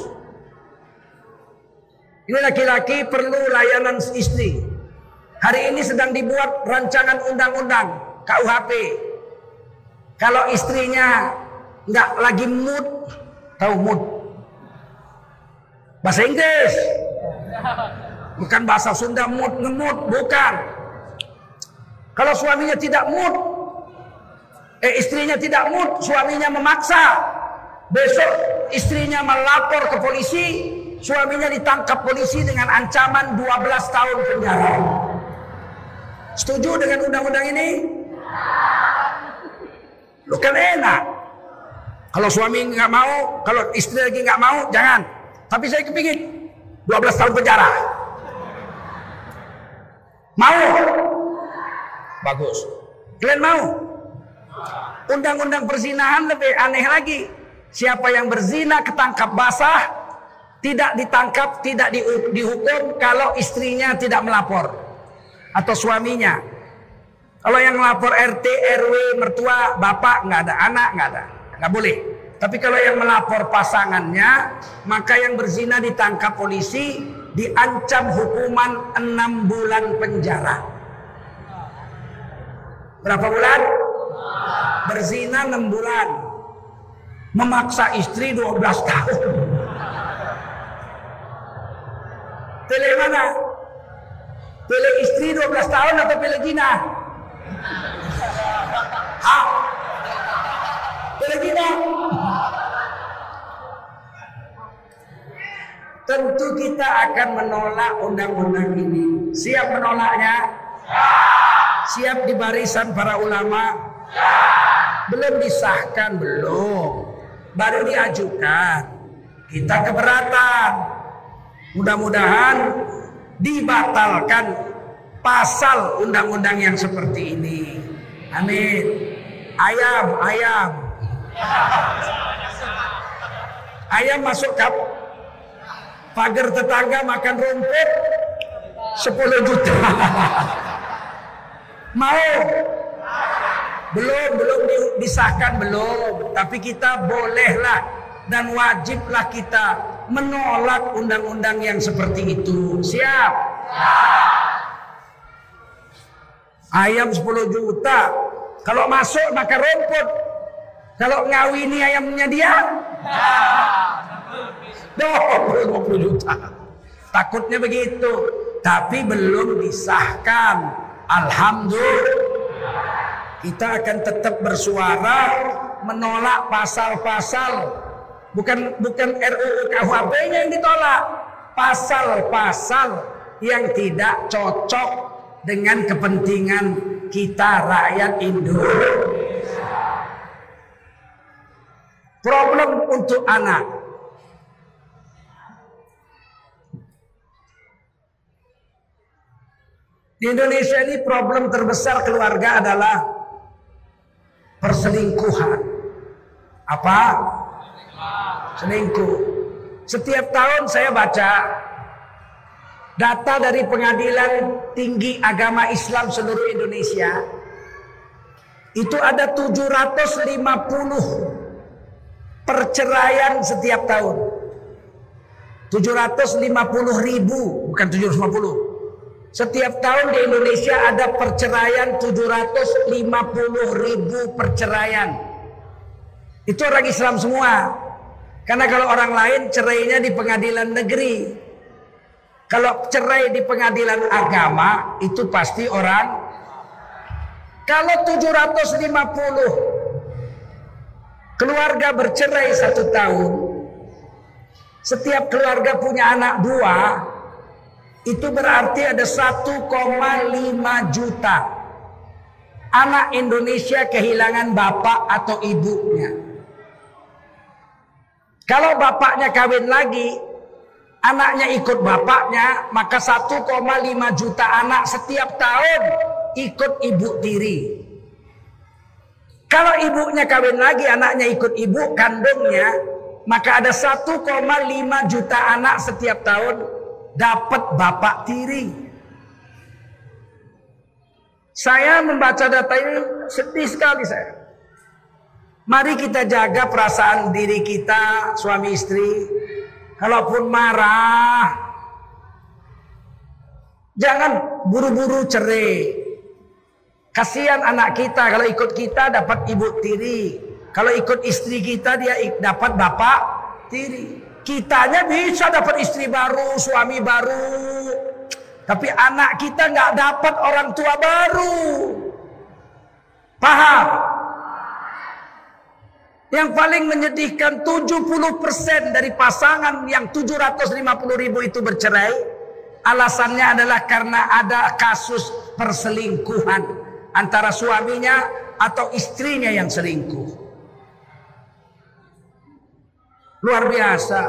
[SPEAKER 1] Ini laki-laki perlu layanan istri. Hari ini sedang dibuat rancangan undang-undang KUHP. Kalau istrinya nggak lagi mood, tahu mood? Bahasa Inggris, bukan bahasa Sunda. Mood, ngemut, bukan. Kalau suaminya tidak mood, istrinya tidak mood, suaminya memaksa, besok istrinya melapor ke polisi, suaminya ditangkap polisi dengan ancaman 12 tahun penjara. Setuju dengan undang-undang ini? Lu kan enak. Kalau suami nggak mau, kalau istri lagi nggak mau, jangan. Tapi saya kepingin 12 tahun penjara. Mau? Bagus. Kalian mau? Undang-undang perzinahan lebih aneh lagi. Siapa yang berzina ketangkap basah, tidak ditangkap, tidak dihukum kalau istrinya tidak melapor atau suaminya. Kalau yang melapor RT, RW, mertua, bapak nggak ada, anak nggak ada. nggak boleh. Tapi kalau yang melapor pasangannya, maka yang berzina ditangkap polisi, diancam hukuman 6 bulan penjara. Berapa bulan? Berzina 6 bulan. Memaksa istri 12 tahun. Pilih mana? Pilih istri 12 tahun atau pilih zina? Hah? Pilih zina? Tentu kita akan menolak undang-undang ini. Siap menolaknya? Siap di barisan para ulama? Belum disahkan, belum. Baru diajukan. Kita keberatan. Mudah-mudahan dibatalkan pasal undang-undang yang seperti ini. Amin. Ayam. Ayam masuk pagar tetangga makan rumput 10 juta. Mau? Belum disahkan belum. Tapi kita bolehlah dan wajiblah kita menolak undang-undang yang seperti itu. Siap? Ayam 10 juta. Kalau masuk makan rumput. Kalau ngawini ayamnya dia 20 juta. Takutnya begitu. Tapi belum disahkan. Alhamdulillah. Kita akan tetap bersuara menolak pasal-pasal. Bukan RUU KUHP-nya yang ditolak. Pasal-pasal yang tidak cocok dengan kepentingan kita rakyat Indonesia. Problem untuk anak. Di Indonesia ini problem terbesar keluarga adalah perselingkuhan. Apa? Selingkuh. Setiap tahun saya baca data dari Pengadilan Tinggi Agama Islam seluruh Indonesia. Itu ada 750 perceraian setiap tahun. 750.000, bukan 750. Setiap tahun di Indonesia ada perceraian 750.000 perceraian. Itu orang Islam semua. Karena kalau orang lain cerainya di pengadilan negeri. Kalau cerai di pengadilan agama itu pasti orang. Kalau 750 keluarga bercerai 1 tahun, setiap keluarga punya anak 2, itu berarti ada 1,5 juta anak Indonesia kehilangan bapak atau ibunya. Kalau bapaknya kawin lagi, anaknya ikut bapaknya, maka 1,5 juta anak setiap tahun ikut ibu tiri. Kalau ibunya kawin lagi, anaknya ikut ibu kandungnya, maka ada 1,5 juta anak setiap tahun dapat bapak tiri. Saya membaca data ini sedih sekali saya. Mari kita jaga perasaan diri kita, suami istri. Kalaupun marah, jangan buru-buru cerai. Kasihan anak kita, kalau ikut kita dapat ibu tiri. Kalau ikut istri kita dia dapat bapak tiri. Kitanya bisa dapat istri baru, suami baru. Tapi anak kita nggak dapat orang tua baru. Paham? Yang paling menyedihkan 70% dari pasangan yang 750.000 itu bercerai. Alasannya adalah karena ada kasus perselingkuhan antara suaminya atau istrinya yang selingkuh. Luar biasa.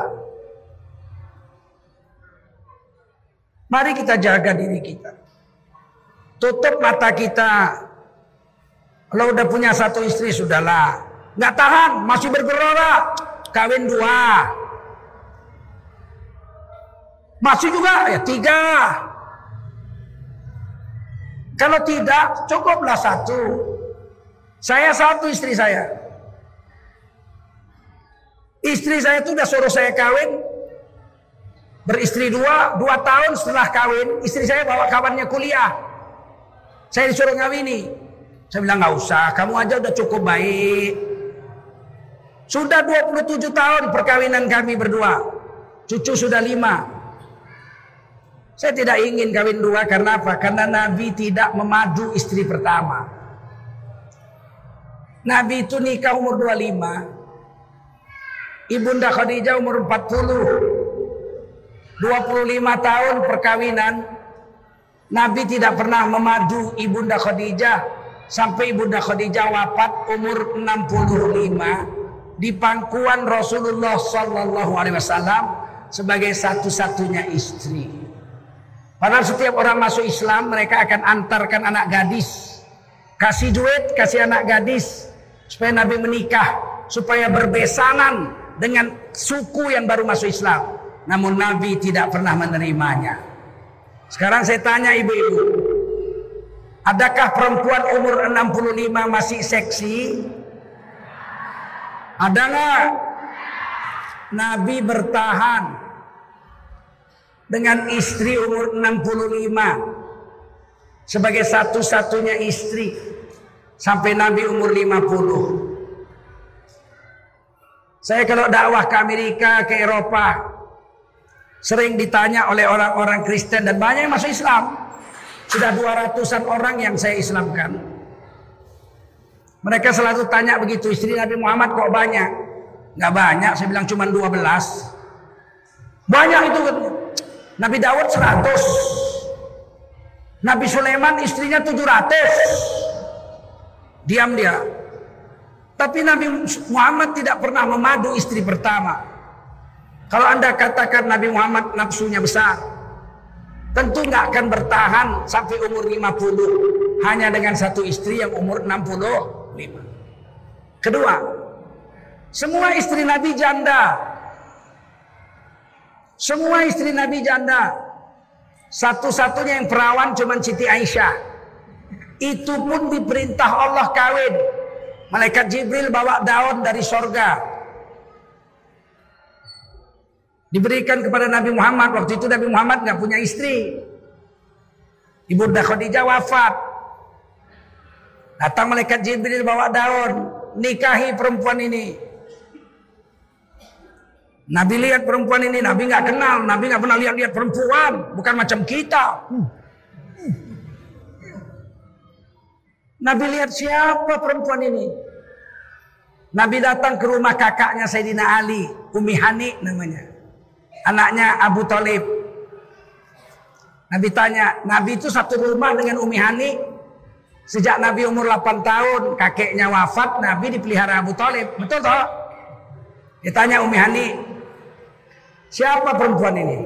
[SPEAKER 1] Mari kita jaga diri kita. Tutup mata kita. Kalau udah punya 1 istri sudahlah. Nggak tahan, masih bergelora. Kawin 2. Masih juga ya 3. Kalau tidak, cukuplah 1. Saya 1 istri saya. Istri saya tuh udah suruh saya kawin, beristri 2 tahun setelah kawin, istri saya bawa kawannya kuliah. Saya disuruh ngawini. Saya bilang nggak usah, kamu aja udah cukup baik. Sudah 27 tahun perkawinan kami berdua. Cucu sudah 5. Saya tidak ingin kawin 2 karena apa? Karena Nabi tidak memadu istri pertama. Nabi itu nikah umur 25. Ibunda Khadijah umur 40. 25 tahun perkawinan. Nabi tidak pernah memadu Ibunda Khadijah sampai Ibunda Khadijah wafat umur 65 di pangkuan Rasulullah Sallallahu Alaihi Wasallam sebagai satu-satunya istri. Padahal setiap orang masuk Islam mereka akan antarkan anak gadis, kasih duit, kasih anak gadis supaya Nabi menikah, supaya berbesanan dengan suku yang baru masuk Islam. Namun Nabi tidak pernah menerimanya. Sekarang saya tanya ibu-ibu, adakah perempuan umur 65 masih seksi? Ada nggak? Nabi bertahan dengan istri umur 65 sebagai satu-satunya istri sampai Nabi umur 50. Saya kalau dakwah ke Amerika, ke Eropa, sering ditanya oleh orang-orang Kristen dan banyak yang masuk Islam. Sudah 200-an orang yang saya Islamkan. Mereka selalu tanya begitu, istri Nabi Muhammad kok banyak? Nggak banyak, saya bilang cuma 12. Banyak itu. Nabi Daud 100. Nabi Sulaiman istrinya 700. Diam dia. Tapi Nabi Muhammad tidak pernah memadu istri pertama. Kalau Anda katakan Nabi Muhammad nafsunya besar, tentu nggak akan bertahan sampai umur 50 hanya dengan satu istri yang umur 65. Kedua, semua istri Nabi janda. Semua istri Nabi janda. Satu-satunya yang perawan cuma Siti Aisyah. Itu pun diperintah Allah kawin. Malaikat Jibril bawa daun dari sorga, diberikan kepada Nabi Muhammad. Waktu itu Nabi Muhammad nggak punya istri. Ibunda Khadijah wafat. Datang malaikat Jibril bawa daun, nikahi perempuan ini. Nabi lihat perempuan ini, Nabi nggak kenal, Nabi nggak pernah lihat perempuan, bukan macam kita. Nabi lihat siapa perempuan ini. Nabi datang ke rumah kakaknya Sayyidina Ali, Ummi Hani namanya, anaknya Abu Thalib. Nabi tanya, Nabi itu satu rumah dengan Ummi Hani sejak Nabi umur 8 tahun, kakeknya wafat, Nabi dipelihara Abu Thalib, betul toh? Ditanya Ummi Hani, siapa perempuan ini?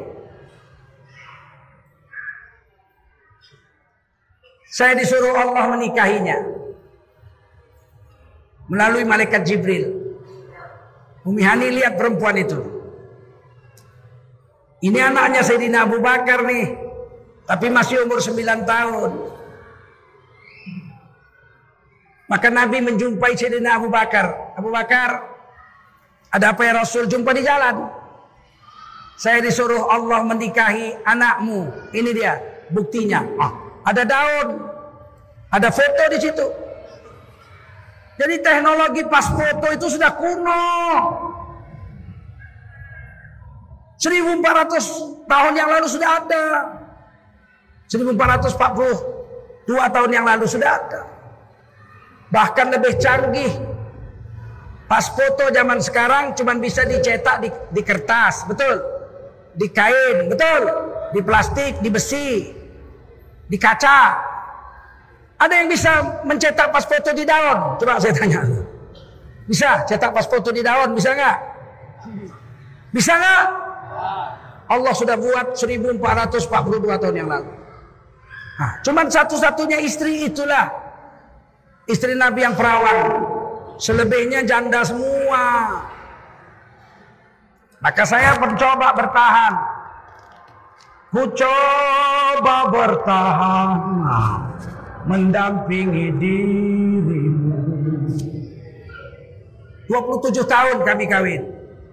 [SPEAKER 1] Saya disuruh Allah menikahinya melalui malaikat Jibril. Ummi Hani lihat perempuan itu. Ini anaknya Sayyidina Abu Bakar nih, tapi masih umur 9 tahun. Maka Nabi menjumpai Sayyidina Abu Bakar. Abu Bakar, ada apa ya Rasul? Jumpa di jalan. Saya disuruh Allah menikahi anakmu. Ini dia buktinya. Ada daun, ada foto di situ. Jadi teknologi pas foto itu sudah kuno. 1400 tahun yang lalu sudah ada. 1442 tahun yang lalu sudah ada. Bahkan lebih canggih. Pas foto zaman sekarang cuma bisa dicetak di kertas, betul? Di kain, betul? Di plastik, di besi, di kaca. Ada yang bisa mencetak pas foto di daun? Coba saya tanya. Bisa cetak pas foto di daun? Bisa nggak? Bisa nggak? Allah sudah buat 1442 tahun yang lalu. Nah, cuman satu-satunya istri itulah istri Nabi yang perawan. Selebihnya janda semua. Maka saya mencoba bertahan. Ku coba bertahan mendampingi dirimu. 27 tahun kami kawin.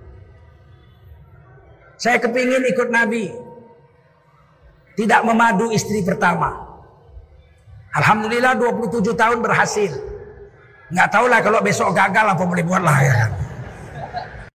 [SPEAKER 1] Saya kepingin ikut Nabi. Tidak memadu istri pertama. Alhamdulillah 27 tahun berhasil. Nggak tahulah kalau besok gagal apa boleh buatlah ya kan.